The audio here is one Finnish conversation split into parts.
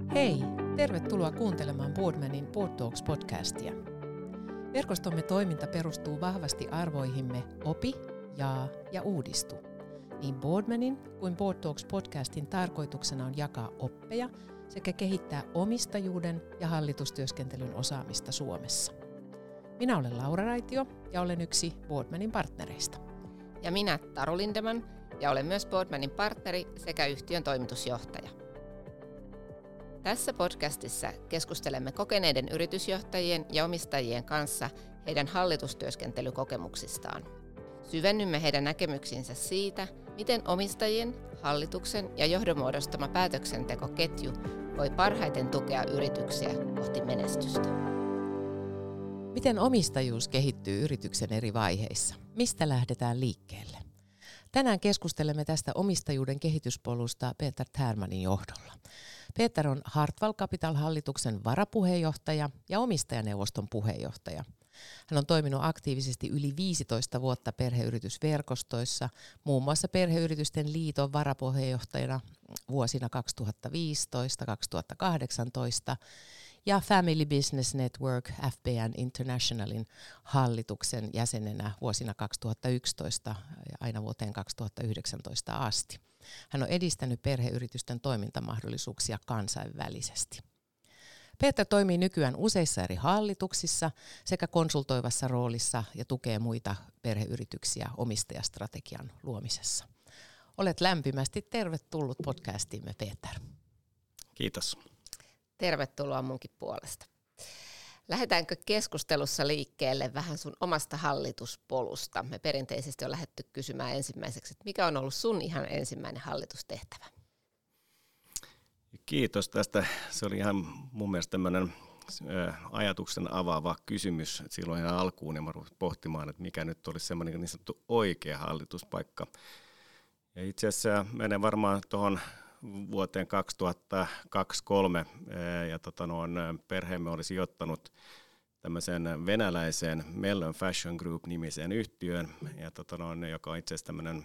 Hei, tervetuloa kuuntelemaan Boardmanin Board Talks podcastia. Verkostomme toiminta perustuu vahvasti arvoihimme opi, jaa ja uudistu. Niin Boardmanin kuin Board Talks podcastin tarkoituksena on jakaa oppeja sekä kehittää omistajuuden ja hallitustyöskentelyn osaamista Suomessa. Minä olen Laura Raitio ja olen yksi Boardmanin partnereista. Ja minä Taru Lindeman ja olen myös Boardmanin partneri sekä yhtiön toimitusjohtaja. Tässä podcastissa keskustelemme kokeneiden yritysjohtajien ja omistajien kanssa heidän hallitustyöskentelykokemuksistaan. Syvennymme heidän näkemyksiinsä siitä, miten omistajien, hallituksen ja johdon muodostama päätöksentekoketju voi parhaiten tukea yrityksiä kohti menestystä. Miten omistajuus kehittyy yrityksen eri vaiheissa? Mistä lähdetään liikkeelle? Tänään keskustelemme tästä omistajuuden kehityspolusta Peter Tärmanin johdolla. Peter on Hartwall Capital-hallituksen varapuheenjohtaja ja omistajaneuvoston puheenjohtaja. Hän on toiminut aktiivisesti yli 15 vuotta perheyritysverkostoissa, muun muassa Perheyritysten liiton varapuheenjohtajana vuosina 2015-2018 ja Family Business Network FBN Internationalin hallituksen jäsenenä vuosina 2011 ja aina vuoteen 2019 asti. Hän on edistänyt perheyritysten toimintamahdollisuuksia kansainvälisesti. Peter toimii nykyään useissa eri hallituksissa sekä konsultoivassa roolissa ja tukee muita perheyrityksiä omistajastrategian luomisessa. Olet lämpimästi tervetullut podcastiimme, Peter. Kiitos. Tervetuloa munkin puolesta. Lähdetäänkö keskustelussa liikkeelle vähän sun omasta hallituspolusta? Me perinteisesti on lähdetty kysymään ensimmäiseksi, että mikä on ollut sun ihan ensimmäinen hallitustehtävä? Kiitos tästä. Se oli ihan mun mielestä tämmöinen ajatuksen avaava kysymys silloin ihan alkuun, ja mä rupesin pohtimaan, että mikä nyt olisi semmoinen niin sanottu oikea hallituspaikka. Ja itse asiassa menen varmaan tuohon vuoteen 2023, ja perheemme oli sijoittanut tämmöiseen venäläiseen Mellon Fashion Group-nimiseen yhtiöön, ja joka on itse asiassa tämmöinen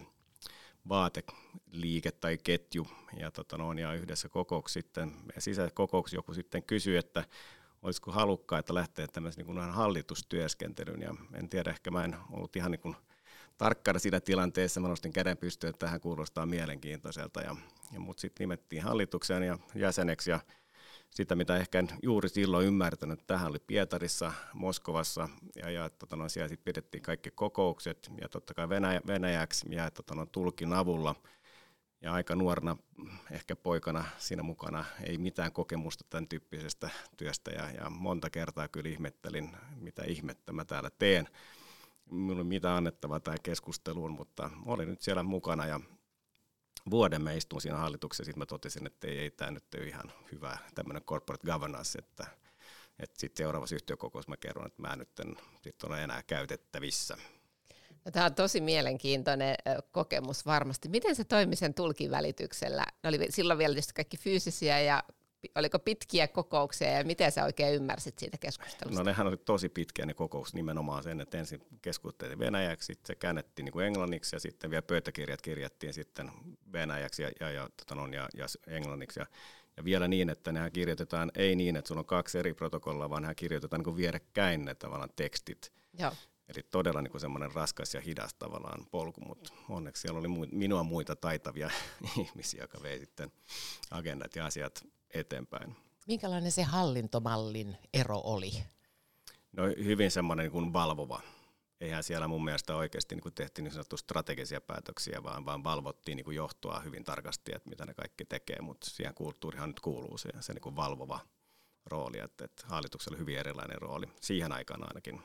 vaateliike tai ketju, ja yhdessä sisäkokouksessa joku sitten kysyi, että olisiko halukkaita lähteä tämmöisen niin hallitustyöskentelyyn, ja en tiedä, ehkä mä en ollut ihan niin kuin tarkkana siinä tilanteessa, mä nostin käden pystyyn, että tähän kuulostaa mielenkiintoiselta, ja mut sitten nimettiin hallitukseen ja jäseneksi, ja sitä, mitä ehkä en juuri silloin ymmärtänyt, että tähän oli Pietarissa, Moskovassa, ja siellä sitten pidettiin kaikki kokoukset, ja totta kai venäjäksi, ja tulkin avulla, ja aika nuorena ehkä poikana siinä mukana, ei mitään kokemusta tämän tyyppisestä työstä, ja monta kertaa kyllä ihmettelin, mitä ihmettä mä täällä teen. Minulla ei ole mitään annettavaa tähän keskusteluun, mutta olin nyt siellä mukana, ja vuoden mä istun siinä hallituksessa, sitten mä totesin, että ei tämä nyt ole ihan hyvä tämmöinen corporate governance, että sitten seuraavassa yhtiökokouksessa mä kerron, että mä nyt en sit ole enää käytettävissä. No, tämä on tosi mielenkiintoinen kokemus varmasti. Miten se toimi sen tulkin välityksellä? Ne oli silloin vielä tietysti kaikki fyysisiä, ja oliko pitkiä kokouksia, ja miten sä oikein ymmärsit siitä keskustelusta? No nehän oli tosi pitkiä ne kokoukset nimenomaan sen, että ensin keskusteltiin venäjäksi, sitten se käännettiin niin kuin englanniksi, ja sitten vielä pöytäkirjat kirjattiin sitten venäjäksi ja englanniksi. Ja vielä niin, että nehän kirjoitetaan, ei niin, että sulla on kaksi eri protokollaa, vaan nehän kirjoitetaan niin kuin vierekkäin ne tavallaan tekstit. Joo. Eli todella niin kuin semmoinen raskas ja hidas tavallaan polku, mutta onneksi siellä oli minua muita taitavia ihmisiä, jotka vei sitten agendat ja asiat eteenpäin. Minkälainen se hallintomallin ero oli? No hyvin semmoinen niin kuin valvova. Eihän siellä mun mielestä oikeasti niin kuin tehtiin niin sanottu strategisia päätöksiä, vaan valvottiin niin kuin johtoa hyvin tarkasti, että mitä ne kaikki tekee, mutta siihen kulttuurihan nyt kuuluu se niin kuin valvova rooli, että hallituksella oli hyvin erilainen rooli, siihen aikaan ainakin.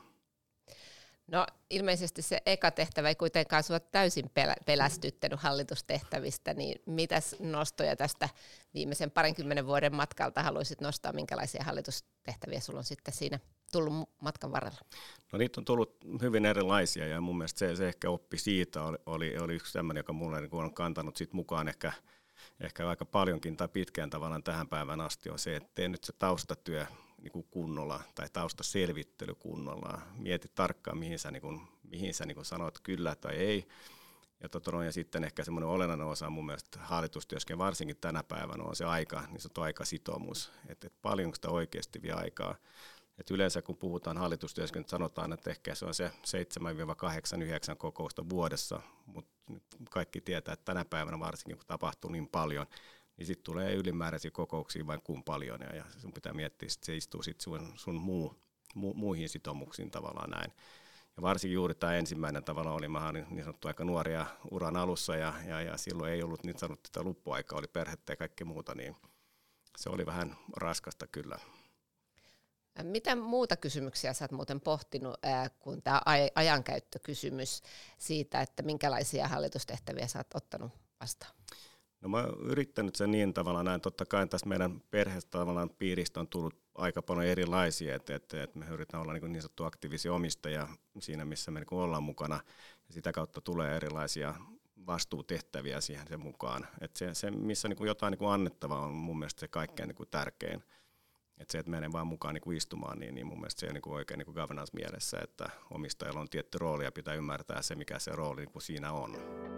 No ilmeisesti se eka tehtävä ei kuitenkaan sinua täysin pelästyttänyt hallitustehtävistä, niin mitäs nostoja tästä viimeisen 20 vuoden matkalta haluaisit nostaa, minkälaisia hallitustehtäviä sulla on sitten siinä tullut matkan varrella? No niitä on tullut hyvin erilaisia, ja mun mielestä se ehkä oppi siitä oli yksi tämmöinen, joka mulle on kantanut sit mukaan ehkä aika paljonkin tai pitkään tavallaan tähän päivään asti, on se, että tee nyt se taustatyö niin kuin kunnolla tai taustaselvittely kunnolla. Mieti tarkkaan, mihin sä sanot kyllä tai ei. Ja sitten ehkä semmoinen olennainen osa mun mielestä hallitustyöskentelyä, varsinkin tänä päivänä, on se aika, niin sanottu aikasitoumus, että paljonko sitä oikeasti vie aikaa. Et yleensä kun puhutaan hallitustyöskentelystä, sanotaan, että ehkä se on se 7-8-9 kokousta vuodessa, mutta kaikki tietää, että tänä päivänä varsinkin kun tapahtuu niin paljon, niin sitten tulee ylimääräisiä kokouksia vain kuin paljon, ja sun pitää miettiä, että se istuu sitten sun muihin sitoumuksiin tavallaan näin. Ja varsinkin juuri tämä ensimmäinen tavalla oli, mä olin niin sanottu aika nuoria uran alussa, ja silloin ei ollut niin sanottu tätä luppuaikaa, oli perhettä ja kaikkea muuta, niin se oli vähän raskasta kyllä. Mitä muuta kysymyksiä sä oot muuten pohtinut kuin tämä ajankäyttökysymys siitä, että minkälaisia hallitustehtäviä sä oot ottanut vastaan? No mä oon yrittänyt sen niin tavallaan näin, totta kai tässä meidän perheestä tavallaan piiristä on tullut aika paljon erilaisia, että me yritetään olla niin sanottu aktiivisia omistajia siinä, missä me niin ollaan mukana, ja sitä kautta tulee erilaisia vastuutehtäviä siihen sen mukaan. Että se missä niin jotain niin annettavaa on mun mielestä se kaikkein niin tärkein. Että se, että menen vaan mukaan niin istumaan, niin mun mielestä se on niin oikein niin governance-mielessä, että omistajalla on tietty rooli ja pitää ymmärtää se, mikä se rooli niin siinä on.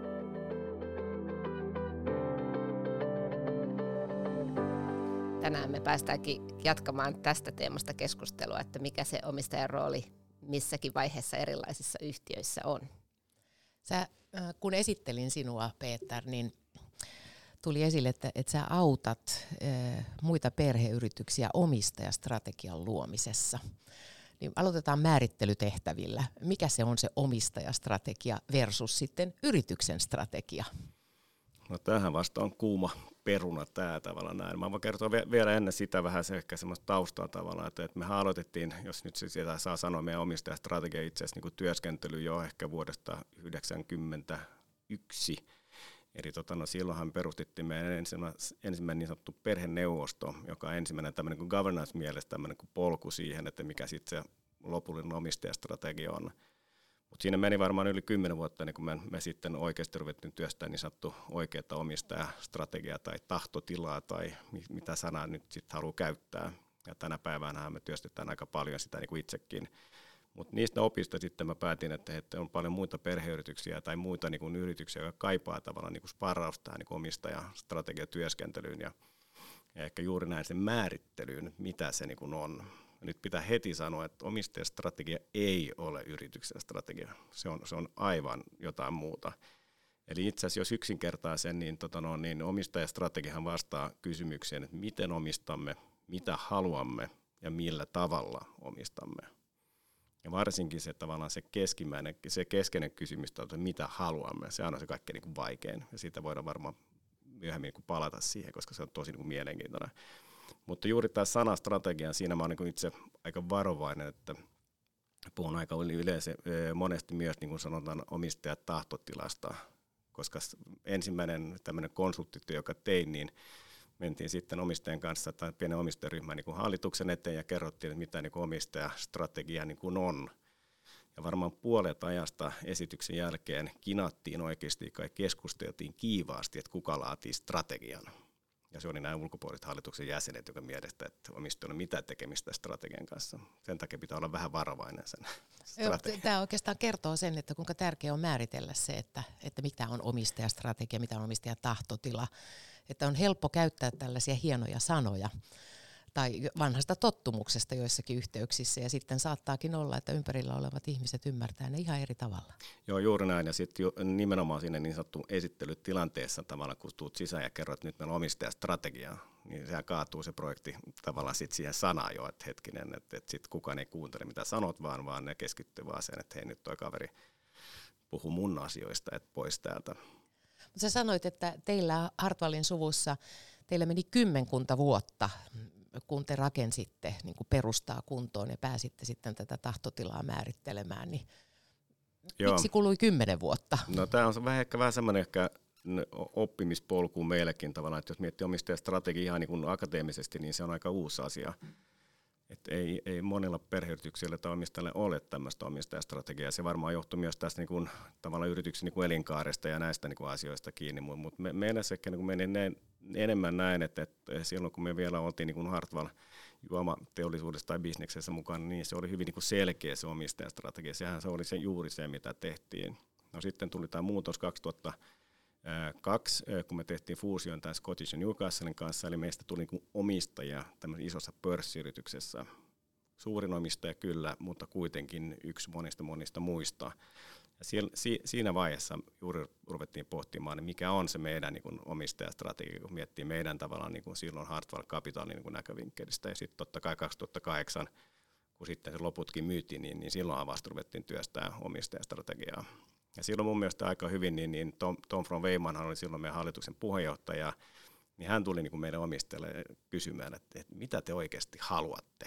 Tänään me päästäänkin jatkamaan tästä teemasta keskustelua, että mikä se omistajan rooli missäkin vaiheessa erilaisissa yhtiöissä on. Kun esittelin sinua, Peter, niin tuli esille, että sä autat muita perheyrityksiä omistajastrategian luomisessa. Niin aloitetaan määrittelytehtävillä. Mikä se on se omistajastrategia versus sitten yrityksen strategia? No tämähän vasta on kuuma peruna tämä tavalla näin. Mä voin kertoa vielä ennen sitä vähän se ehkä semmoista taustaa tavallaan, että mehän aloitettiin, jos nyt sitä saa sanoa, meidän omistajastrategia itse asiassa niin työskentely jo ehkä vuodesta 1991. Eli silloinhan perustettiin meidän ensimmäinen niin sanottu perheneuvosto, joka on ensimmäinen tämmöinen kuin governance-mielessä tämmöinen kuin polku siihen, että mikä sitten se lopullinen omistajastrategia on. Mutta siinä meni varmaan yli 10 vuotta, niin kun me sitten oikeasti ruvettiin työstämään niin sanottu oikeaa omistajastrategiaa tai tahtotilaa tai mitä sanaa nyt sitten haluaa käyttää. Ja tänä päivänä me työstetään aika paljon sitä niin kuin itsekin. Mutta niistä opista sitten mä päätin, että on paljon muita perheyrityksiä tai muita niin kuin yrityksiä, jotka kaipaa tavallaan niin kuin sparrausta niin kuin omistajastrategiatyöskentelyyn ja ehkä juuri näin sen määrittelyyn, mitä se niin kuin on. Nyt pitää heti sanoa, että omistajastrategia ei ole yrityksen strategia. Se on aivan jotain muuta. Eli itse asiassa jos yksinkertaisen, niin omistajastrategiahan vastaa kysymykseen, että miten omistamme, mitä haluamme ja millä tavalla omistamme. Ja varsinkin se tavallaan se keskeinen kysymys, että mitä haluamme, se on se kaikkein niin kuin vaikein. Ja siitä voidaan varmaan myöhemmin niin kuin palata siihen, koska se on tosi niin kuin mielenkiintoinen. Mutta juuri tämä sana strategia, siinä mä oon niin itse aika varovainen, että puhun aika yleensä monesti myös niin kuin sanotaan omistajatahtotilasta, koska ensimmäinen tämmöinen konsulttityö, joka tein, niin mentiin sitten omistajien kanssa tai pienen omistajaryhmän niin kuin hallituksen eteen ja kerrottiin, että mitä niin kuin omistajastrategia niin kuin on. Ja varmaan puolet ajasta esityksen jälkeen kinattiin oikeasti kai keskusteltiin kiivaasti, että kuka laatii strategian. Ja se oli nämä ulkopuoliset hallituksen jäsenet, joka mielestä, että omistajalla on mitään tekemistä strategian kanssa. Sen takia pitää olla vähän varovainen sen strategian. Tämä oikeastaan kertoo sen, että kuinka tärkeää on määritellä se, että mitä on omistajastrategia, mitä on omistajatahtotila. Että on helppo käyttää tällaisia hienoja sanoja tai vanhasta tottumuksesta joissakin yhteyksissä, ja sitten saattaakin olla, että ympärillä olevat ihmiset ymmärtää ne ihan eri tavalla. Joo, juuri näin, ja sitten nimenomaan siinä niin sanottu esittelytilanteessa tavallaan, kun tuut sisään ja kerrot, että nyt meillä on omistajastrategiaa, niin sehän kaatuu se projekti tavallaan sitten siihen sanaan jo, että hetkinen, että sitten kukaan ei kuuntele mitä sanot, vaan ne keskittyy vaan sen, että hei nyt toi kaveri puhuu mun asioista, että pois täältä. Sä sanoit, että teillä Hartwallin suvussa, teillä meni 10 vuotta, kun te rakensitte niin kuin perustaa kuntoon ja pääsitte sitten tätä tahtotilaa määrittelemään, niin miksi kului 10 vuotta? No tämä on ehkä vähän semmoinen ehkä oppimispolku meillekin tavallaan, että jos miettii omistajastrategiaa niin kuin akateemisesti, niin se on aika uusi asia. Että ei monilla perheyrityksillä tai omistajilla ole tämmöistä omistajastrategiaa. Se varmaan johtuu myös tästä niin kuin, tavallaan yrityksen niin kuin elinkaaresta ja näistä niin kuin asioista kiinni. Mutta meillä se ehkä niin meni enemmän näin, että silloin kun me vielä oltiin niin kuin Hartwall juomateollisuudessa tai bisneksessä mukana, niin se oli hyvin niin kuin selkeä se omistajastrategia. Sehän se oli juuri se, mitä tehtiin. No sitten tuli tämä muutos 2002, kun me tehtiin fuusion tämän Scottish & Newcastlen kanssa, eli meistä tuli niin omistajia tämmöisessä isossa pörssiyrityksessä. Suurin omistaja kyllä, mutta kuitenkin yksi monista muista. Ja siinä vaiheessa juuri ruvettiin pohtimaan, niin mikä on se meidän niin kuin omistajastrategia, kun miettii meidän tavallaan niin kuin silloin Hartwall Capitalin niin näkövinkkelistä. Ja sitten totta kai 2008, kun sitten se loputkin myytiin, niin silloin vasta ruvettiin työstää omistajastrategiaa. Ja silloin mun mielestä aika hyvin, niin Tom von Weymanhan oli silloin meidän hallituksen puheenjohtaja, niin hän tuli niin kuin meidän omistajille kysymään, että mitä te oikeasti haluatte.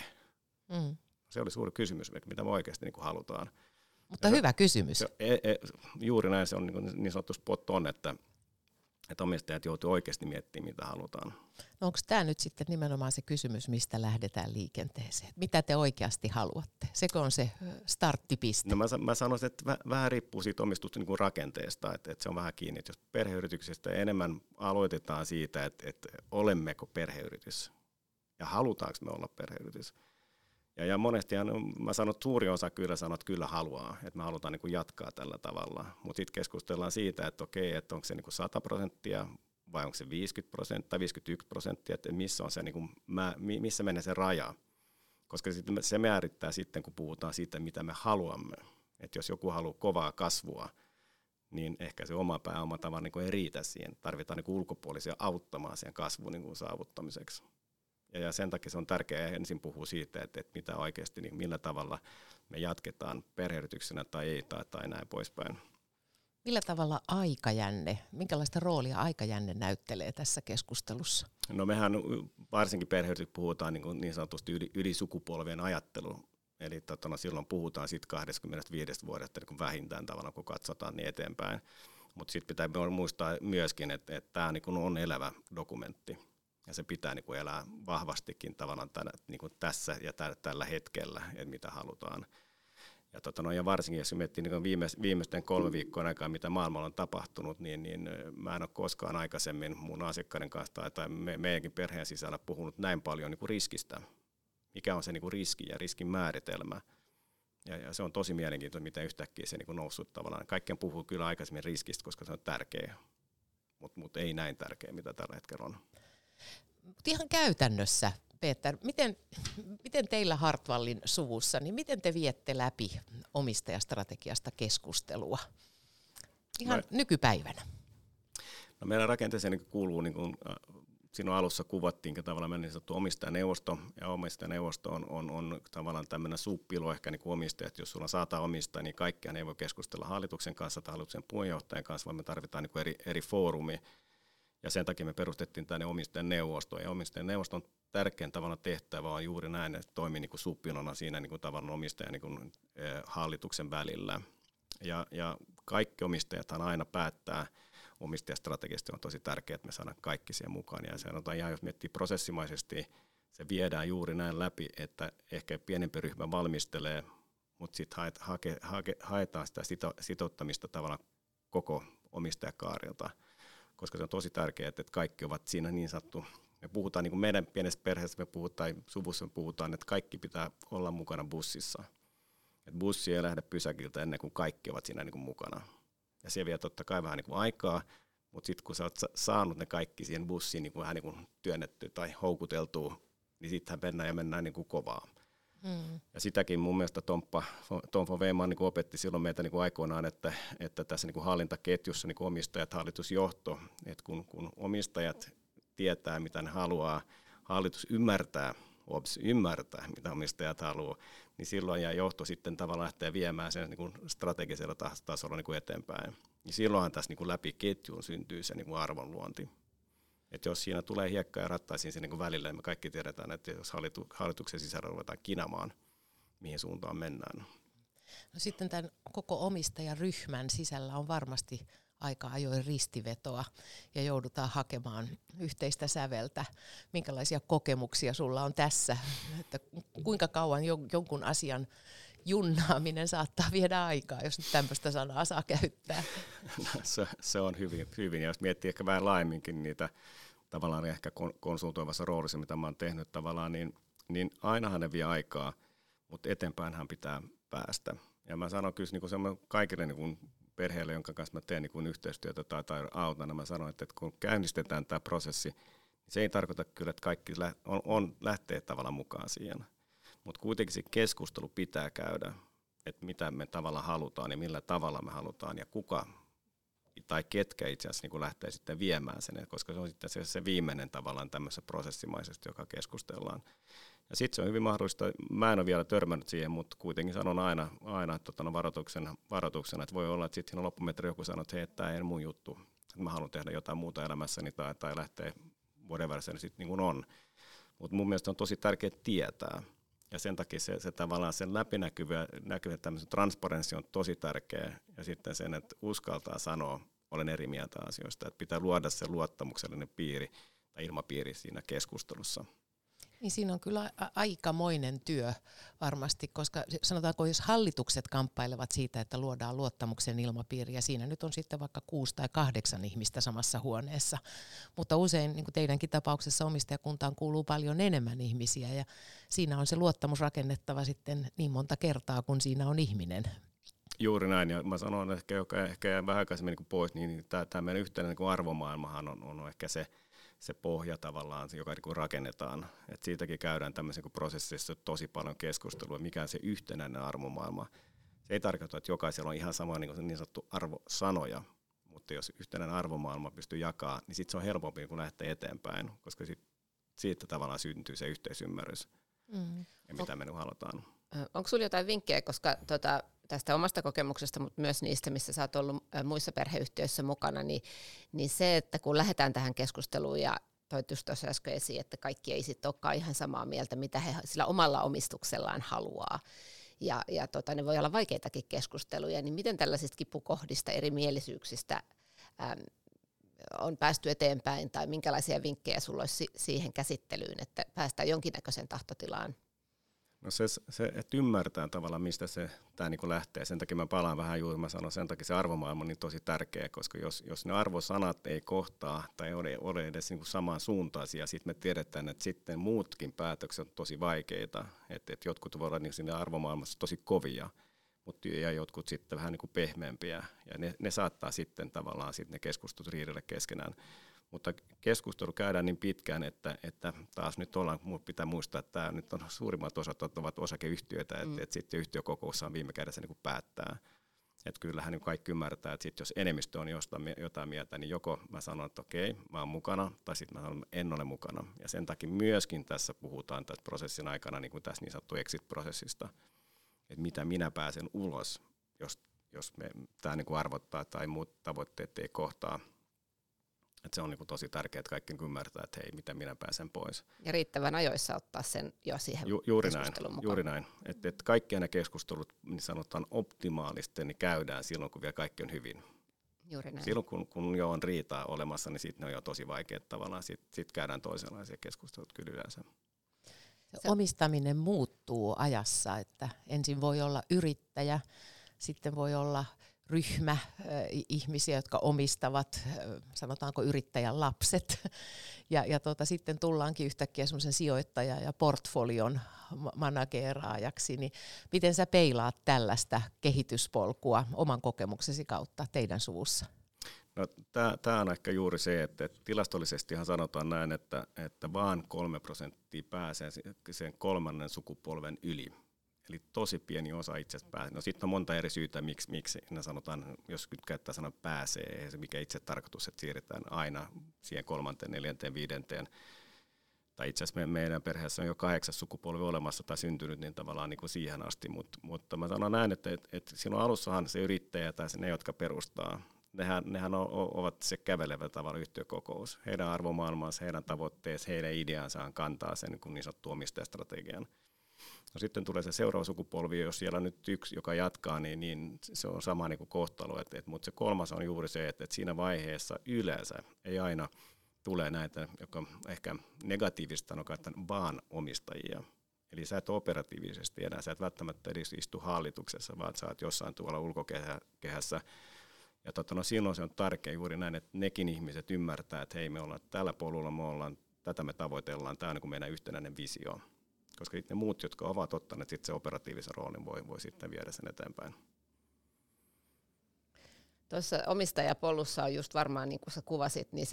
Se oli suuri kysymys, mitä me oikeasti niin kuin halutaan. Mutta hyvä kysymys. Juuri näin se on niin sanottu spot on, että omistajat joutuu oikeasti miettimään, mitä halutaan. No onko tämä nyt sitten nimenomaan se kysymys, mistä lähdetään liikenteeseen? Mitä te oikeasti haluatte? Sekö on se starttipiste? No mä sanoisin, että vähän riippuu siitä omistusten niin kuin rakenteesta, että se on vähän kiinni. Että jos perheyrityksestä enemmän aloitetaan siitä, että olemmeko perheyritys ja halutaanko me olla perheyritys. Ja monestihan mä sanon, että suuri osa kyllä sanoo, että kyllä haluaa, että me halutaan niin kuin jatkaa tällä tavalla. Mutta sitten keskustellaan siitä, että okei, että onko se niin kuin 100% vai onko se 50% tai 51%, että missä on se, niin kuin, missä menee se raja. Koska se määrittää sitten, kun puhutaan siitä, mitä me haluamme. Että jos joku haluaa kovaa kasvua, niin ehkä se oma pääoma tavan niin kuin ei riitä siihen. Tarvitaan niin kuin ulkopuolisia auttamaan siihen kasvun niin kuin saavuttamiseksi. Ja sen takia se on tärkeää ensin puhua siitä, että mitä oikeasti, niin millä tavalla me jatketaan perheyrityksenä tai ei tai näin poispäin. Millä tavalla aikajänne, minkälaista roolia aikajänne näyttelee tässä keskustelussa? No mehän varsinkin perheyritykset puhutaan niin sanotusti yli sukupolvien ajattelu. Eli silloin puhutaan siitä 25 vuodesta niin vähintään tavallaan, kun katsotaan niin eteenpäin. Mutta sitten pitää muistaa myöskin, että tämä niin on elävä dokumentti. Ja se pitää niin kuin elää vahvastikin tavallaan niin kuin tässä ja tällä hetkellä, että mitä halutaan. Ja varsinkin jos miettii niin viimeisten 3 viikkoa aikaa, mitä maailmalla on tapahtunut, niin mä en ole koskaan aikaisemmin mun asiakkaiden kanssa tai meidänkin perheen sisällä puhunut näin paljon niin kuin riskistä. Mikä on se niin kuin riski ja riskin määritelmä. Ja se on tosi mielenkiintoista, miten yhtäkkiä se niin kuin noussut tavallaan. Kaikkien puhuu kyllä aikaisemmin riskistä, koska se on tärkeä, mutta ei näin tärkeä, mitä tällä hetkellä on. Mutta ihan käytännössä, Peter, miten teillä Hartwallin suvussa, niin miten te viette läpi omistajastrategiasta keskustelua ihan nykypäivänä? No meidän rakenteeseen niin kuuluu, niin kuin siinä alussa kuvattiin, tavallaan niin sanottu omistajaneuvosto, ja omistajaneuvosto on tavallaan tämmöinen suppilo ehkä niin kuin omistajat, jos sulla on 100 omistajaa, niin kaikkiaan ei voi keskustella hallituksen kanssa tai hallituksen puheenjohtajan kanssa, vaan me tarvitaan niin kuin eri foorumi. Ja sen takia me perustettiin tänne omistajaneuvosto. Ja omistajaneuvoston tärkein tavallaan tehtävä on juuri näin, että toimii niin kuin suppilona siinä niin kuin tavallaan omistajan niin kuin hallituksen välillä. Ja kaikki omistajathan aina päättää omistajastrategiasta. On tosi tärkeää, että me saadaan kaikki siihen mukaan. Ja sanotaan ihan, jos miettii prosessimaisesti, se viedään juuri näin läpi, että ehkä pienempi ryhmä valmistelee, mutta sitten haetaan sitä sitouttamista tavallaan koko omistajakaarilta. Koska se on tosi tärkeää, että kaikki ovat siinä niin sanottu. Me puhutaan niin kuin meidän pienessä perheessä, tai suvussa me puhutaan, että kaikki pitää olla mukana bussissa. Että bussi ei lähde pysäkiltä ennen kuin kaikki ovat siinä niin kuin mukana. Ja se vie totta kai vähän niin kuin aikaa, mutta sitten kun sä oot saanut ne kaikki siihen bussiin niin kuin vähän niin kuin työnnetty tai houkuteltua, niin sittenhän mennään niin kuin kovaa. Ja sitäkin mun mielestä Tom von Weyman niin opetti silloin meitä niin aikoinaan, että tässä niin hallintaketjussa niin omistajat, hallitusjohto, että kun omistajat tietää, mitä ne haluaa, hallitus ymmärtää, mitä omistajat haluaa, niin silloin ja johto sitten tavallaan lähtee viemään sen niin strategisella tasolla niin eteenpäin. Ja silloinhan tässä niin läpi ketjuun syntyy se niin arvonluonti. Että jos siinä tulee hiekkaa ja rattaisiin sen niin välillä, niin me kaikki tiedetään, että jos hallituksen sisällä ruvetaan kinamaan, mihin suuntaan mennään. No sitten tämän koko omistajaryhmän sisällä on varmasti aika ajoin ristivetoa ja joudutaan hakemaan yhteistä säveltä. Minkälaisia kokemuksia sulla on tässä, että kuinka kauan jonkun asian junnaaminen saattaa viedä aikaa, jos nyt tämmöistä sanaa saa käyttää? Se on hyvin. Ja jos miettii ehkä vähän laajemminkin niitä tavallaan ehkä konsultoivassa roolissa, mitä mä oon tehnyt tavallaan, niin ainahan ne vie aikaa, mutta eteenpäinhän pitää päästä. Ja mä sanon kyllä niin kaikille niin perheelle, jonka kanssa mä teen niin yhteistyötä tai autan, mä sanon, että kun käynnistetään tämä prosessi, niin se ei tarkoita kyllä, että kaikki lähtee tavallaan mukaan siihen. Mutta kuitenkin se keskustelu pitää käydä, että mitä me tavallaan halutaan ja millä tavalla me halutaan ja kuka tai ketkä itse asiassa niin lähtee sitten viemään sen, koska se on sitten se viimeinen tavallaan tämmöisessä prosessimaisesti, joka keskustellaan. Ja sitten se on hyvin mahdollista, mä en ole vielä törmännyt siihen, mutta kuitenkin sanon aina varoituksena, että voi olla, että sitten siinä loppumetri joku sanoo, että hei, tämä ei ole mun juttu, että mä haluan tehdä jotain muuta elämässäni tai lähteä whatever se sitten niin kuin on. Mutta mun mielestä on tosi tärkeää tietää. Ja sen takia se tavallaan sen läpinäkyvä tämmöisen transparenssi on tosi tärkeä. Ja sitten sen, että uskaltaa sanoa, olen eri mieltä asioista. Että pitää luoda se luottamuksellinen piiri tai ilmapiiri siinä keskustelussa. Niin siinä on kyllä aikamoinen työ varmasti, koska sanotaanko, jos hallitukset kamppailevat siitä, että luodaan luottamuksen ilmapiiri, ja siinä nyt on sitten vaikka 6 tai 8 ihmistä samassa huoneessa, mutta usein niin kuin teidänkin tapauksessa omistajakuntaan kuuluu paljon enemmän ihmisiä, ja siinä on se luottamus rakennettava sitten niin monta kertaa, kun siinä on ihminen. Juuri näin, ja mä sanon ehkä vähän aikaisemmin niin pois, niin tämä meidän yhteinen niin arvomaailmahan on ehkä se pohja tavallaan, joka rakennetaan. Et siitäkin käydään tämmöisen prosessissa tosi paljon keskustelua, mikä on se yhtenäinen arvomaailma. Se ei tarkoita, että jokaisella on ihan sama niin sanottu arvosanoja, mutta jos yhtenäinen arvomaailma pystyy jakamaan, niin sitten se on helpompi kun lähtee eteenpäin, koska siitä tavallaan syntyy se yhteisymmärrys ja mitä me nyt halutaan. Onko sinulla jotain vinkkejä, koska tästä omasta kokemuksesta, mutta myös niistä, missä sä oot ollut muissa perheyhtiöissä mukana, niin se, että kun lähdetään tähän keskusteluun ja toit just tuossa äsken esiin, että kaikki ei sitten olekaan ihan samaa mieltä, mitä he sillä omalla omistuksellaan haluaa. Ja ne voi olla vaikeitakin keskusteluja, niin miten tällaisista kipukohdista, erimielisyyksistä on päästy eteenpäin, tai minkälaisia vinkkejä sulla olisi siihen käsittelyyn, että päästään jonkinnäköiseen tahtotilaan? No se, että ymmärtää tavallaan, mistä tämä niinku lähtee. Sen takia mä palaan vähän juuri, mä sanon, sen takia se arvomaailma on niin tosi tärkeä, koska jos ne arvosanat ei kohtaa tai ole edes niinku samansuuntaisia, sitten me tiedetään, että sitten muutkin päätökset on tosi vaikeita. Että jotkut voivat olla niin siinä arvomaailmassa tosi kovia, ja jotkut sitten vähän niinku pehmeämpiä. Ja ne saattaa sitten tavallaan ne keskustelut riidellä keskenään. Mutta keskustelu käydään niin pitkään, että taas nyt pitää muistaa, että tämä nyt on suurimmat osat ovat osakeyhtiöitä, että sitten yhtiökokoussaan viime kädessä niin kuin päättää. Että kyllähän niin kaikki ymmärtää, että sit jos enemmistö on jotain mieltä, niin joko mä sanon, että okei, mä oon mukana, tai sitten mä sanon, että en ole mukana. Ja sen takia myöskin tässä puhutaan tässä prosessin aikana niin kuin tässä niin sanottu exit-prosessista, että mitä minä pääsen ulos, jos tämä niin kuin arvottaa tai muut tavoitteet ei kohtaa. Että se on niin kuin tosi tärkeää, että kaikki ymmärtää, että hei, miten minä pääsen pois. Ja riittävän ajoissa ottaa sen jo siihen keskusteluun mukaan. Juuri näin. Että kaikki ne keskustelut, niin sanotaan optimaalisesti, niin käydään silloin, kun vielä kaikki on hyvin. Juuri näin. Silloin, kun jo on riitaa olemassa, niin sitten ne on jo tosi vaikeat tavallaan. Sitten käydään toisenlaisia keskusteluja kyllä yleensä. Omistaminen muuttuu ajassa, että ensin voi olla yrittäjä, sitten voi olla ryhmä ihmisiä, jotka omistavat, sanotaanko yrittäjän lapset, ja sitten tullaankin yhtäkkiä semmoisen sijoittaja- ja portfolion manageraajaksi, niin miten sä peilaat tällaista kehityspolkua oman kokemuksesi kautta teidän suvussa? No, tämä on ehkä juuri se, että tilastollisestihan sanotaan näin, että vaan 3% pääsee sen kolmannen sukupolven yli. Eli tosi pieni osa itse asiassa pääsee. No sitten on monta eri syytä, miksi ne sanotaan, jos nyt käyttää sanan pääsee, ei se mikä itse tarkoitus, että siirretään aina siihen 3., 4., 5. Tai itse asiassa meidän perheessä on jo 8 sukupolvi olemassa tai syntynyt niin tavallaan niin kuin siihen asti, mutta mä sanon näin, että silloin alussahan se yrittäjä tai ne, jotka perustaa, nehän ovat se kävelevä tavalla yhtiökokous. Heidän arvomaailmansa, heidän tavoitteet, heidän ideansa kantaa sen niin sanottu omistajastrategian. No sitten tulee se seuraava sukupolvi, jos siellä on nyt yksi, joka jatkaa, niin se on sama niin kuin kohtalo. Mutta se kolmas on juuri se, että siinä vaiheessa yleensä ei aina tule näitä, joka ehkä negatiivista sanotaan, että vaan omistajia. Eli sä et operatiivisesti enää, sä et välttämättä edes istu hallituksessa, vaan sä oot jossain tuolla ulkokehässä. Ja silloin se on tärkeä juuri näin, että nekin ihmiset ymmärtää, että hei, me ollaan tällä polulla, tätä me tavoitellaan, tämä on niin kuin meidän yhtenäinen visio. Koska ne muut, jotka ovat ottaneet sitten se operatiivisen roolin, voi sitten viedä sen eteenpäin. Tuossa omistajapolussa on just varmaan, niin kuin sä kuvasit, niin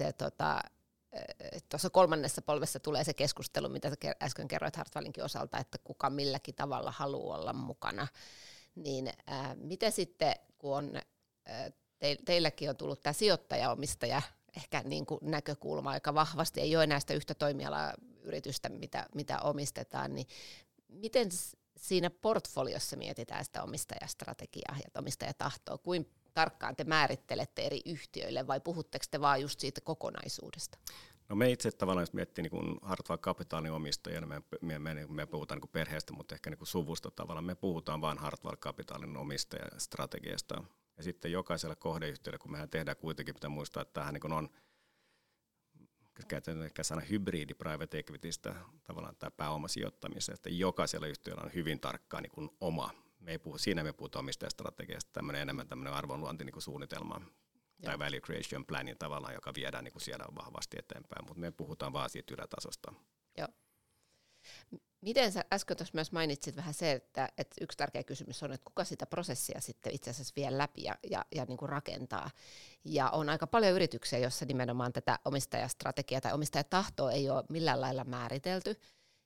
tuossa 3. polvessa tulee se keskustelu, mitä sä äsken kerroit Hartwallinkin osalta, että kuka milläkin tavalla haluaa olla mukana. Niin miten sitten, kun on, teilläkin on tullut tämä sijoittaja-omistaja ehkä niin kuin näkökulma aika vahvasti, ei ole enää sitä yhtä toimialayritystä, mitä omistetaan, niin miten siinä portfoliossa mietitään sitä omistajastrategiaa ja omistajatahtoa? Kuinka tarkkaan te määrittelette eri yhtiöille vai puhutteko te vaan just siitä kokonaisuudesta? No me itse tavallaan, jos miettii niin Hartwall Capitalin omistajia, me puhutaan niin perheestä, mutta ehkä niin suvusta tavallaan. Me puhutaan vain Hartwall Capitalin omistajastrategiasta. Ja sitten jokaisella kohdeyhtiöllä, kun mehän tehdään kuitenkin, pitää muistaa, että tämähän niin on käytetään ehkä sana hybridi private equitystä, tavallaan tämä pääomasijoittamisesta. Jokaisella yhtiöllä on hyvin tarkkaan niin oma. Siinä me puhutaan omistajastrategiasta, enemmän tämmöinen arvonluonti niin suunnitelma tai value creation planin tavallaan, joka viedään niin siellä vahvasti eteenpäin, mutta me puhutaan vaan siitä ylätasosta. Joo. Miten sä äsken tuossa myös mainitsit vähän se, että yksi tärkeä kysymys on, että kuka sitä prosessia sitten itse asiassa vie läpi ja niin kuin rakentaa. Ja on aika paljon yrityksiä, joissa nimenomaan tätä omistajastrategiaa tai omistajatahtoa ei ole millään lailla määritelty.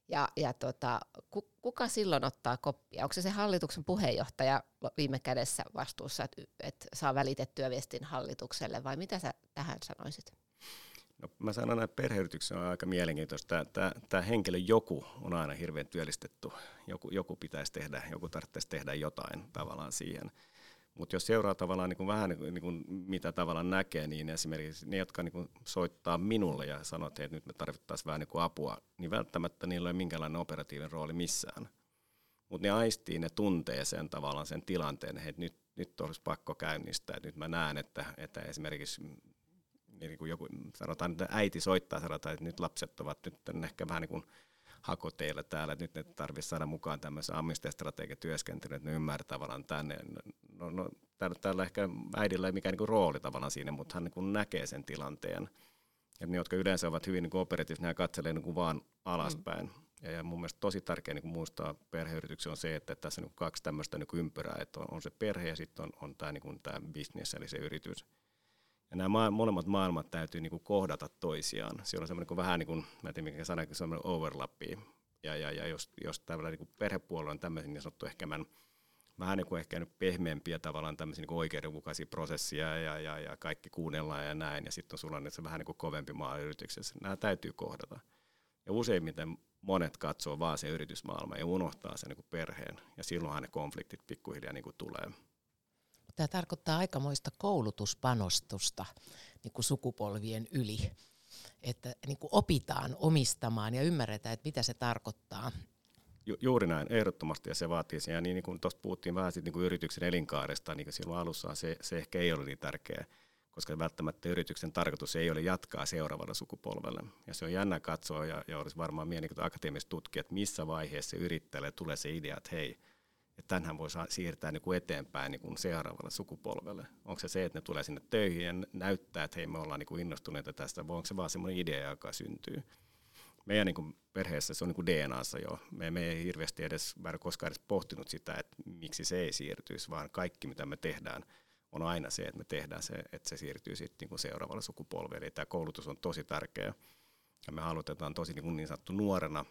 Kuka silloin ottaa koppia? Onko se hallituksen puheenjohtaja viime kädessä vastuussa, että saa välitettyä viestin hallitukselle, vai mitä sä tähän sanoisit? No, mä sanon, että perheyrityksen on aika mielenkiintoista. Tämä henkilö joku on aina hirveän työllistetty. Joku pitäisi tehdä, joku tarvitsisi tehdä jotain tavallaan siihen. Mutta jos seuraa tavallaan vähän mitä tavallaan näkee, niin esimerkiksi ne, jotka soittaa minulle ja sanoo, että nyt me tarvittaisiin vähän apua, niin välttämättä niillä ei ole minkäänlainen operatiivinen rooli missään. Mutta ne aistii, ne tuntee sen tavallaan sen tilanteen, että nyt olisi pakko käynnistää. Et nyt mä näen, että esimerkiksi niin kuin joku, sanotaan, että äiti soittaa, sanotaan, että nyt lapset ovat nyt ehkä vähän niin kuin hakoteilla täällä, että nyt ne tarvitsisi saada mukaan tämmöisen omistajastrategiatyöskentelyyn, että ne ymmärtää tavallaan tänne. No, täällä ehkä äidillä ei mikään niin kuin rooli tavallaan siinä, mutta hän niin kuin näkee sen tilanteen. Ja ne, jotka yleensä ovat hyvin niin kuin operatiivisia, ne katselee niin kuin vaan alaspäin. Ja mun mielestä tosi tärkeää niin kuin muistaa perheyrityksen on se, että tässä on niin kuin 2 tämmöistä niin kuin ympyrää, että on se perhe ja sitten on tämä, niin kuin tämä business, eli se yritys. Ja nämä molemmat maailmat täytyy niin kuin kohdata toisiaan. Siellä on semmoinen vähän niin kuin, mä en tiedä mikä sana, semmoinen overlappi. Ja jos tämmöinen niin perhepuolella on tämmöisen niin sanottu ehkä vähän niin kuin ehkä pehmeämpiä tavallaan tämmöisiä niin oikeudenmukaisia prosessia ja kaikki kuunnellaan ja näin. Ja sitten on sulla se vähän niin kuin kovempi maa yrityksessä. Nämä täytyy kohdata. Ja useimmiten monet katsoo vaan se yritysmaailma ja unohtaa sen niin kuin perheen. Ja silloinhan ne konfliktit pikkuhiljaa niin kuin tulee. Tämä tarkoittaa aikamoista koulutuspanostusta niin kuin sukupolvien yli, että niin kuin opitaan omistamaan ja ymmärretään, että mitä se tarkoittaa. Juuri näin, ehdottomasti, ja se vaatii sen. Ja niin kuin tuossa puhuttiin vähän niin kuin yrityksen elinkaaresta, niin silloin alussa se ehkä ei ole niin tärkeä, koska välttämättä yrityksen tarkoitus ei ole jatkaa seuraavalle sukupolvelle. Ja se on jännä katsoa, ja olisi varmaan mielenkiintoista akateemisesti tutkia, että missä vaiheessa yrittäjälle tulee se idea, että hei, että tämänhän voi siirtää niin kuin eteenpäin niin kuin seuraavalle sukupolvelle. Onko se, että ne tulee sinne töihin ja näyttää, että hei, me ollaan niin kuin innostuneita tästä, vai onko se vaan semmoinen idea, joka syntyy? Meidän niin kuin perheessä se on niin kuin DNAssa jo. Me ei hirveästi koskaan edes pohtinut sitä, että miksi se ei siirtyisi, vaan kaikki, mitä me tehdään, on aina se, että me tehdään se, että se siirtyy sitten niin kuin seuraavalle sukupolvelle. Eli tämä koulutus on tosi tärkeä, ja me halutetaan tosi niin sanottu nuorena,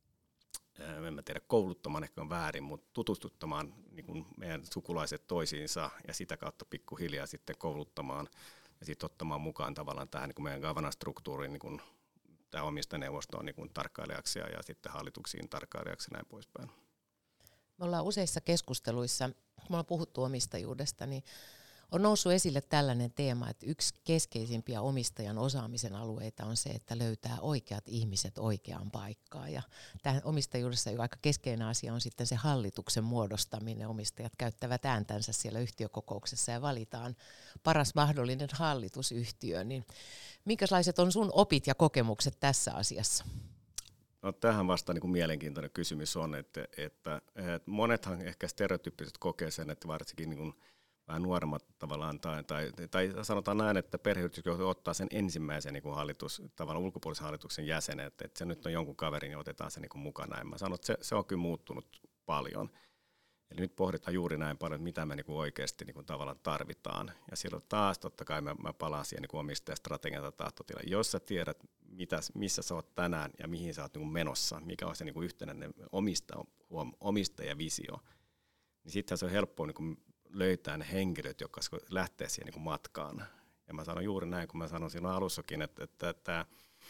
en tiedä, kouluttamaan ehkä on väärin, mutta tutustuttamaan niin kuin meidän sukulaiset toisiinsa ja sitä kautta pikkuhiljaa sitten kouluttamaan ja sitten ottamaan mukaan tavallaan tähän niin kuin meidän governance-struktuuriin niin tämä omistajaneuvostoon niin tarkkailijaksi ja sitten hallituksiin tarkkailijaksi ja näin poispäin. Me ollaan useissa keskusteluissa, kun me ollaan puhuttu omistajuudesta, niin on noussut esille tällainen teema, että yksi keskeisimpiä omistajan osaamisen alueita on se, että löytää oikeat ihmiset oikeaan paikkaan. Ja tähän omistajuudessa aika keskeinen asia on sitten se hallituksen muodostaminen. Omistajat käyttävät ääntänsä siellä yhtiökokouksessa ja valitaan paras mahdollinen hallitus yhtiöön. Niin minkälaiset on sun opit ja kokemukset tässä asiassa? No, tähän vasta niin kuin mielenkiintoinen kysymys on, että monethan ehkä stereotyyppiset kokee sen, että varsinkin niin kuin vähän nuoremmat tavallaan, tai sanotaan näin, että perheyritys joutuu ottaa sen ensimmäisen niin kuin tavallaan ulkopuolisen hallituksen jäsenen, että se nyt on jonkun kaverin, niin otetaan se niin kuin mukana. Ja mä sanon, että se on kyllä muuttunut paljon. Eli nyt pohditaan juuri näin paljon, että mitä me niin kuin oikeasti niin kuin tavallaan tarvitaan. Ja silloin taas totta kai mä palaan siihen niin omistajastrategian tai tahtotilaan. Jos sä tiedät, missä sä oot tänään ja mihin sä oot niin kuin menossa, mikä on se niin kuin yhtenäinen omistajavisio, niin sittenhän se on helppoa niin kuin löytää ne henkilöt, jotka lähtee siihen niin kuin matkaan. Ja mä sanon juuri näin, kun mä sanoin silloin alussakin, että tämä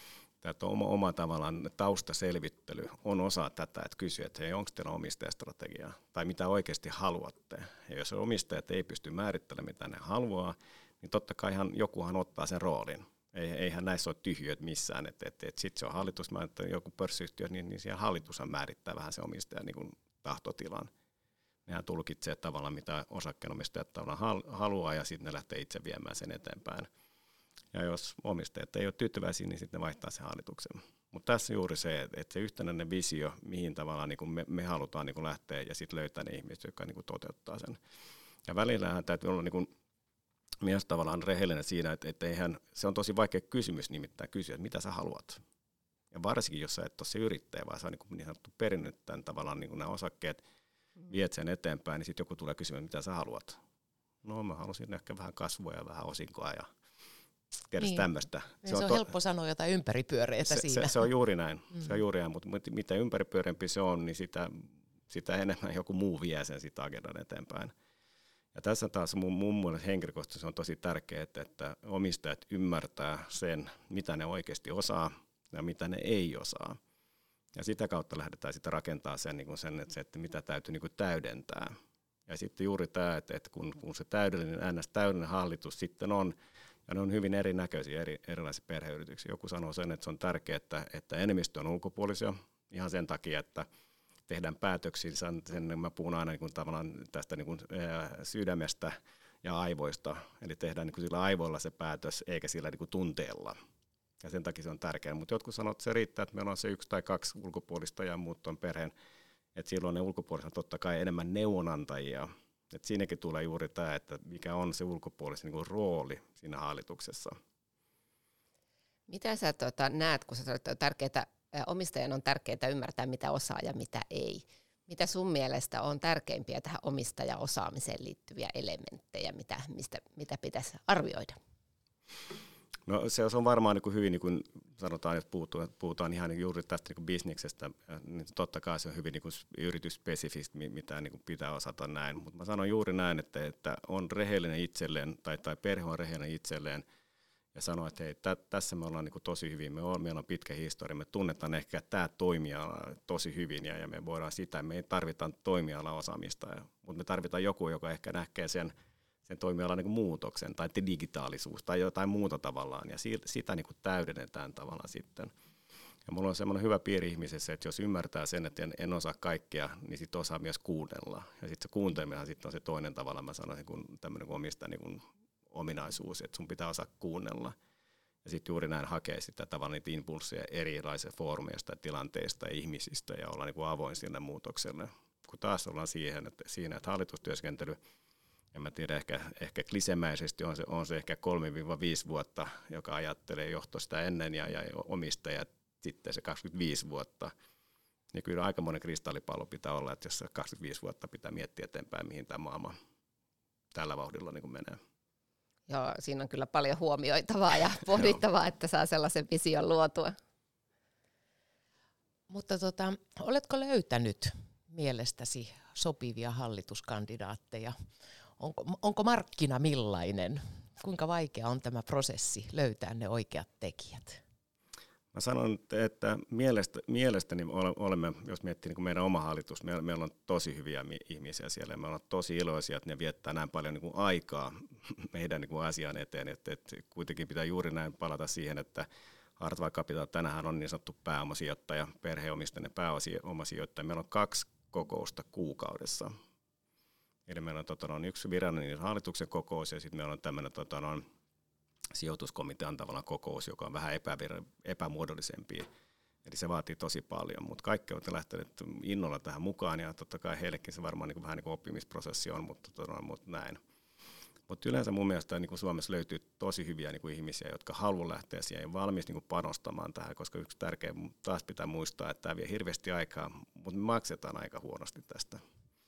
oma tavallaan taustaselvittely on osa tätä, että kysyy, että hei, onko teillä omistajastrategiaa tai mitä oikeasti haluatte. Ja jos omistajat ei pysty määrittelemään, mitä ne haluaa, niin totta kai jokuhan ottaa sen roolin. Eihän näissä ole tyhjöt missään, että sitten se on hallitus, että joku pörssiyhtiö, niin siellä hallitushan määrittää vähän se omistajan niin kuin tahtotilan. Nehän tulkitsee tavallaan, mitä osakkeenomistajat tavallaan haluaa, ja sitten ne lähtee itse viemään sen eteenpäin. Ja jos omistajat ei ole tyytyväisiä, niin sitten ne vaihtaa sen hallituksen. Mutta tässä juuri se, että se yhtenäinen visio, mihin tavallaan niin kuin me halutaan niin kuin lähteä, ja sitten löytää ne ihmiset, jotka niin kuin toteuttaa sen. Ja välillähän täytyy olla niin kuin myös tavallaan rehellinen siinä, että eihän, se on tosi vaikea kysymys nimittäin kysyä, että mitä sä haluat. Ja varsinkin, jos sä et ole se yrittäjä, vaan sä on niin sanottu perinnyt tämän tavallaan niin kuin nämä osakkeet, viet sen eteenpäin, niin sitten joku tulee kysymään, mitä sä haluat. No mä halusin ehkä vähän kasvua ja vähän osinkoa ja niin. Tämmöistä. Se on helppo sanoa jotain ympäripyöreitä siinä. Se on juuri näin, se on juuri näin, mutta mitä ympäripyöreämpi se on, niin sitä enemmän joku muu vie sen sitä agendan eteenpäin. Ja tässä taas mun mielestä henkilökohtaisesti se on tosi tärkeää, että omistajat ymmärtää sen, mitä ne oikeasti osaa ja mitä ne ei osaa. Ja sitä kautta lähdetään sitten rakentamaan että mitä täytyy niin kuin täydentää. Ja sitten juuri tämä, että kun se täydellinen hallitus sitten on, ja ne on hyvin erinäköisiä erilaisia perheyrityksiä. Joku sanoo sen, että se on tärkeää, että enemmistö on ulkopuolisia ihan sen takia, että tehdään päätöksiä. Mä puhun aina niin kuin tavallaan tästä niin kuin sydämestä ja aivoista. Eli tehdään niin kuin sillä aivoilla se päätös, eikä sillä niin kuin tunteella. Ja sen takia se on tärkeää. Mutta jotkut sanoo, että se riittää, että meillä on se 1 tai 2 ulkopuolista ja muut on perheen. Että silloin ne ulkopuoliset on totta kai enemmän neuvonantajia. Et siinäkin tulee juuri tämä, että mikä on se ulkopuolisen niin kuin rooli siinä hallituksessa. Mitä sä näet, kun sä sanoit, että omistajan on tärkeää ymmärtää, mitä osaa ja mitä ei? Mitä sun mielestä on tärkeimpiä tähän omistajaosaamiseen liittyviä elementtejä, mitä pitäisi arvioida? No se on varmaan niin kuin hyvin, niin kuin sanotaan, jos puhutaan ihan juuri tästä niin kuin bisneksestä, niin totta kai se on hyvin niin kuin yritysspesifistä, mitä niin kuin pitää osata näin. Mutta mä sanon juuri näin, että on rehellinen itselleen tai perhe on rehellinen itselleen ja sanoo, että hei, tässä me ollaan niin kuin tosi hyvin, meillä on pitkä historia, me tunnetaan ehkä tämä toimiala tosi hyvin ja me voidaan sitä, me ei tarvita toimialaosaamista, mutta me tarvitaan joku, joka ehkä näkee sen toimialan niin kuin muutoksen tai digitaalisuus tai jotain muuta tavallaan, ja sitä niin kuin täydennetään tavallaan sitten. Ja mulla on semmoinen hyvä piiri ihmisessä, että jos ymmärtää sen, että en osaa kaikkea, niin sitten osaa myös kuunnella. Ja sitten se kuunteleminen sitten on se toinen tavalla, mä sanoisin, kun tämmöinen omista niin kuin ominaisuus, että sun pitää osaa kuunnella. Ja sitten juuri näin hakee sitä tavallaan niitä impulsseja erilaisista foorumeista, tilanteista ja ihmisistä ja olla niin kuin avoin sille muutokselle. Kun taas ollaan siinä, että hallitustyöskentely, en mä tiedä, ehkä klisemäisesti on se ehkä 3-5 vuotta, joka ajattelee johtosta ennen ja omistajat sitten se 25 vuotta. Niin kyllä aikamoinen kristallipallo pitää olla, että jos 25 vuotta pitää miettiä eteenpäin, mihin tämä maailma tällä vauhdilla niin kuin menee. Joo, siinä on kyllä paljon huomioitavaa ja pohdittavaa, että saa sellaisen vision luotua. Mutta oletko löytänyt mielestäsi sopivia hallituskandidaatteja? Onko markkina millainen? Kuinka vaikea on tämä prosessi löytää ne oikeat tekijät? Mä sanon, että mielestäni olemme, jos miettii niin kuin meidän oma hallitus, meillä on tosi hyviä ihmisiä siellä. Me ollaan tosi iloisia, että ne viettää näin paljon niin kuin aikaa meidän niin kuin asian eteen. Että kuitenkin pitää juuri näin palata siihen, että Hartwall Capital tänään on niin sanottu pääomasijoittaja, perheomistainen pääomasijoittaja. Meillä on 2 kokousta kuukaudessa. Eli meillä on yksi virallinen hallituksen kokous ja sitten meillä on tämmöinen sijoituskomitean tavallaan kokous, joka on vähän epämuodollisempi. Eli se vaatii tosi paljon, mutta kaikki ovat lähteneet innolla tähän mukaan ja totta kai heillekin se varmaan niin kuin vähän niin kuin oppimisprosessi on, mutta näin. Mutta yleensä mun mielestä niin kuin Suomessa löytyy tosi hyviä niin kuin ihmisiä, jotka haluaa lähteä siihen ja valmis niin kuin panostamaan tähän, koska yksi tärkeä taas pitää muistaa, että tämä vie hirveästi aikaa, mutta me maksetaan aika huonosti tästä.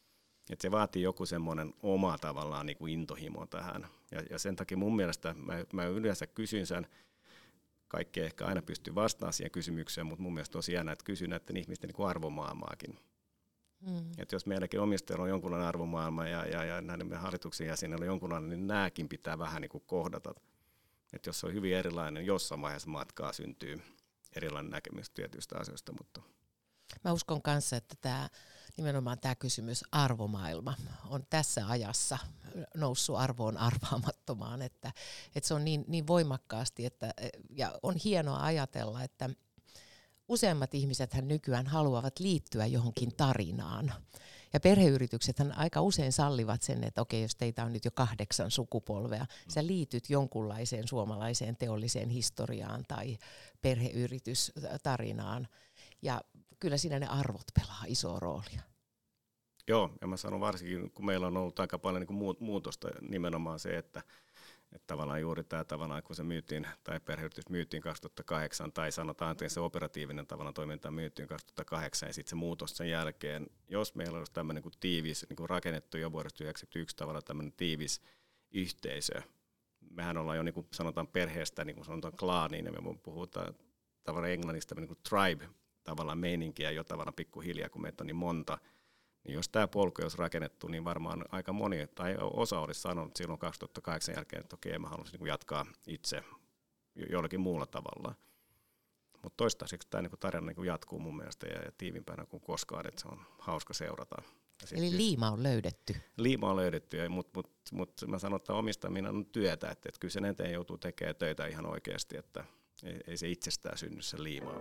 Että se vaatii joku semmoinen oma tavallaan niin kuin intohimo tähän. Ja sen takia mun mielestä mä yleensä kysyn sen, kaikki ehkä aina pystyy vastaamaan siihen kysymykseen, mutta mun mielestä tosi jännä, että kysyn näiden ihmisten niin kuin arvomaailmaakin. Että jos meilläkin omistajilla on jonkunlainen arvomaailma ja näiden hallituksen jäsenillä on jonkunlainen, niin nämäkin pitää vähän niin kuin kohdata. Että jos se on hyvin erilainen, jossain vaiheessa matkaa syntyy erilainen näkemys tietyistä asioista. Mutta mä uskon kanssa, että nimenomaan tämä kysymys arvomaailma on tässä ajassa noussut arvoon arvaamattomaan, että se on niin voimakkaasti, ja on hienoa ajatella, että useimmat ihmisethän nykyään haluavat liittyä johonkin tarinaan. Ja perheyrityksethän aika usein sallivat sen, että okei, jos teitä on nyt jo 8 sukupolvea, sä liityt jonkunlaiseen suomalaiseen teolliseen historiaan tai perheyritystarinaan. Ja kyllä siinä ne arvot pelaa isoa roolia. Joo, ja mä sanon varsinkin, kun meillä on ollut aika paljon niin kuin muutosta, nimenomaan se, että tavallaan juuri tämä tavallaan, kun se myytiin, tai perheyritys myytiin 2008, tai sanotaan, että se operatiivinen tavallaan toiminta myytiin 2008, ja sitten se muutos sen jälkeen, jos meillä olisi tämmöinen niin tiivis, niin kuin rakennettu jo vuodesta 1991 tavallaan tämmöinen tiivis yhteisö, mehän ollaan jo niin kuin sanotaan perheestä, niin kuin sanotaan klaaniin, ja me puhutaan tavallaan englannista niin kuin tribe, tavallaan meininkiä jo tavallaan pikkuhiljaa, kun meitä on niin monta. Niin jos tämä polku olisi rakennettu, niin varmaan aika moni tai osa olisi sanonut silloin 2008 jälkeen, että okei, mä haluaisin niin jatkaa itse jollakin muulla tavalla. Mutta toistaiseksi tämä niin tarina niin jatkuu mun mielestä ja tiivimpänä kuin koskaan, että se on hauska seurata. Eli liima on löydetty. Liima on löydetty, mutta mä sanon, että omistaminen on työtä, että kyllä sen eteen joutuu tekemään töitä ihan oikeasti, että ei se itsestään synny se liimaa.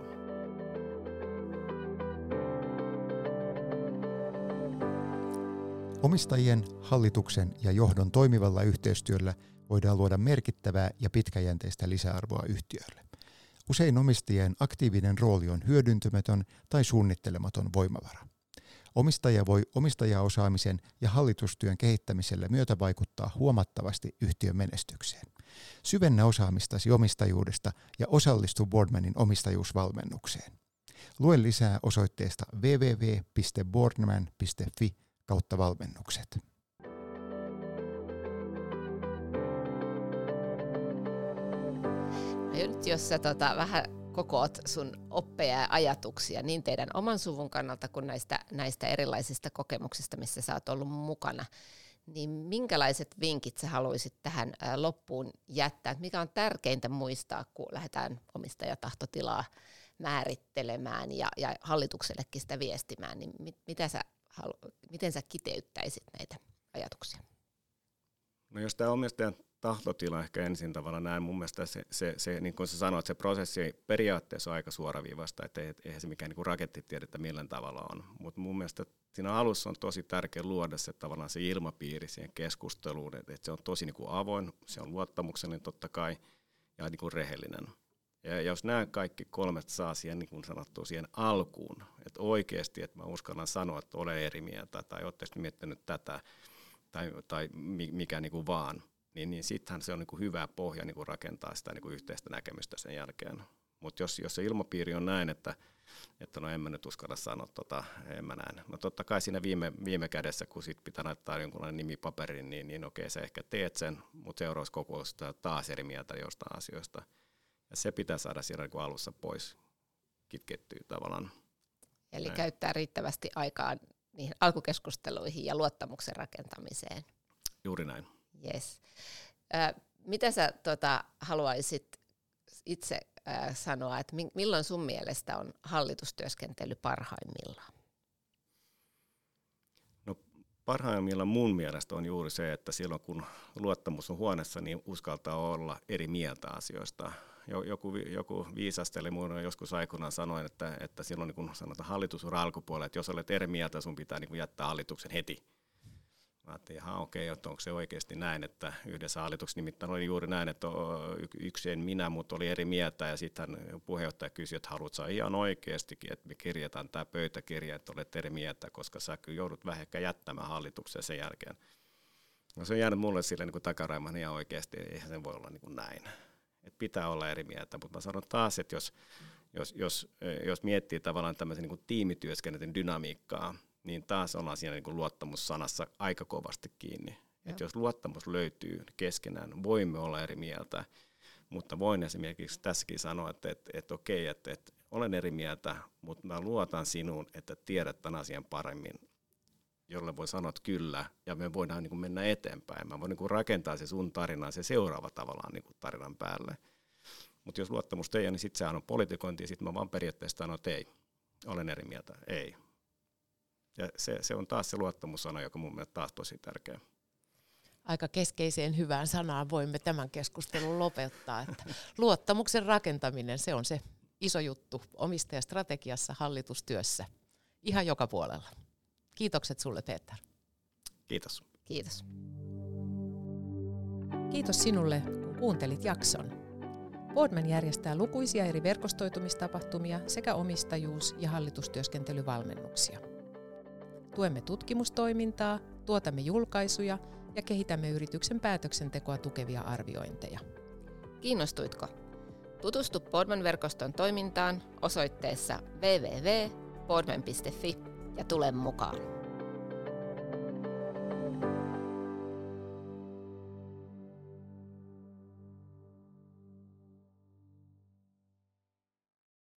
Omistajien, hallituksen ja johdon toimivalla yhteistyöllä voidaan luoda merkittävää ja pitkäjänteistä lisäarvoa yhtiölle. Usein omistajien aktiivinen rooli on hyödyntämätön tai suunnittelematon voimavara. Omistaja voi omistajaosaamisen ja hallitustyön kehittämisellä myötävaikuttaa huomattavasti yhtiön menestykseen. Syvennä osaamistasi omistajuudesta ja osallistu Boardmanin omistajuusvalmennukseen. Lue lisää osoitteesta www.boardman.fi/valmennukset. Ja nyt jos sä vähän kokoat sun oppeja ja ajatuksia niin teidän oman suvun kannalta kuin näistä erilaisista kokemuksista, missä sä oot ollut mukana, niin minkälaiset vinkit sä haluaisit tähän loppuun jättää? Mikä on tärkeintä muistaa, kun lähdetään omistajatahtotilaa määrittelemään ja hallituksellekin sitä viestimään, niin miten sä kiteyttäisit näitä ajatuksia? No jos tämä omistajan tahtotila ehkä ensin tavallaan näin, mun mielestä se niin kuin sä sanoit, se prosessi periaatteessa on aika suoraviivasta, että eihän se mikään niin raketti tiedetä millään tavalla on, mutta mun mielestä siinä alussa on tosi tärkeä luoda se tavallaan se ilmapiiri siihen keskusteluun, että se on tosi niin kuin avoin, se on luottamuksellinen totta kai ja niin kuin rehellinen. Ja jos nämä kaikki 3 saa siihen niin kuin sanottua siihen alkuun, että oikeasti, että mä uskallan sanoa, että olen eri mieltä tai olette sitten miettinyt tätä tai mikä niin kuin vaan, niin sittenhän se on niin kuin hyvä pohja niin kuin rakentaa sitä niin kuin yhteistä näkemystä sen jälkeen. Mutta jos se ilmapiiri on näin, että no en mä nyt uskalla sanoa, en mä näin. No totta kai siinä viime kädessä, kun sit pitää näyttää jonkunlainen nimipaperin, niin okei, sä ehkä teet sen, mutta seuraavassa kokouksessa taas eri mieltä jostain asioista. Ja se pitää saada siellä niin kuin alussa pois kitkettyä tavallaan. Eli käyttää riittävästi aikaa niihin alkukeskusteluihin ja luottamuksen rakentamiseen. Juuri näin. Yes. Mitä sä haluaisit itse sanoa, että milloin sun mielestä on hallitustyöskentely parhaimmillaan? No parhaimmillaan mun mielestä on juuri se, että silloin kun luottamus on huoneessa, niin uskaltaa olla eri mieltä asioista. Joku viisasteli minun joskus aikoinaan sanoin, että silloin niin kun sanotaan hallitusura alkupuolella, että jos olet eri mieltä, sun pitää niin kun jättää hallituksen heti. Mä ajattelin, että onko se oikeasti näin, että yhdessä hallituksessa nimittäin oli juuri näin, että yksi en minä, mutta oli eri mieltä, ja sitten puheenjohtaja kysyi, että haluatko ihan oikeastikin, että me kirjataan tämä pöytäkirja, että olet eri mieltä, koska sä kyllä joudut vähän ehkä jättämään hallituksen sen jälkeen. No se on jäänyt mulle sille niin takaraimaan ihan oikeasti, eihän se voi olla niin kuin näin. Että pitää olla eri mieltä, mutta mä sanon taas, että jos miettii tavallaan tämmöisen niin kuin tiimityöskentelyn dynamiikkaa, niin taas ollaan siinä niin kuin luottamussanassa aika kovasti kiinni. Että jos luottamus löytyy keskenään, voimme olla eri mieltä, mutta voin esimerkiksi tässäkin sanoa, että okei, että olen eri mieltä, mutta mä luotan sinuun, että tiedät tämän asian paremmin, jolle voi sanoa, että kyllä, ja me voidaan niin kuin mennä eteenpäin. Mä voin niin kuin rakentaa se sun tarinaa, se seuraava tavallaan niin kuin tarinan päälle. Mutta jos luottamusta ei ole, niin sitten sehän on politikointi, ja sitten mä vaan periaatteessa sanon, että ei, olen eri mieltä, ei. Ja se on taas se luottamussana, joka mun mielestä taas tosi tärkeä. Aika keskeiseen hyvään sanaan voimme tämän keskustelun lopettaa, että luottamuksen rakentaminen, se on se iso juttu omistajastrategiassa, hallitustyössä, ihan joka puolella. Kiitokset sulle, Peter. Kiitos. Kiitos. Kiitos sinulle, kun kuuntelit jakson. Boardman järjestää lukuisia eri verkostoitumistapahtumia sekä omistajuus- ja hallitustyöskentelyvalmennuksia. Tuemme tutkimustoimintaa, tuotamme julkaisuja ja kehitämme yrityksen päätöksentekoa tukevia arviointeja. Kiinnostuitko? Tutustu Boardman-verkoston toimintaan osoitteessa www.boardman.fi ja tule mukaan.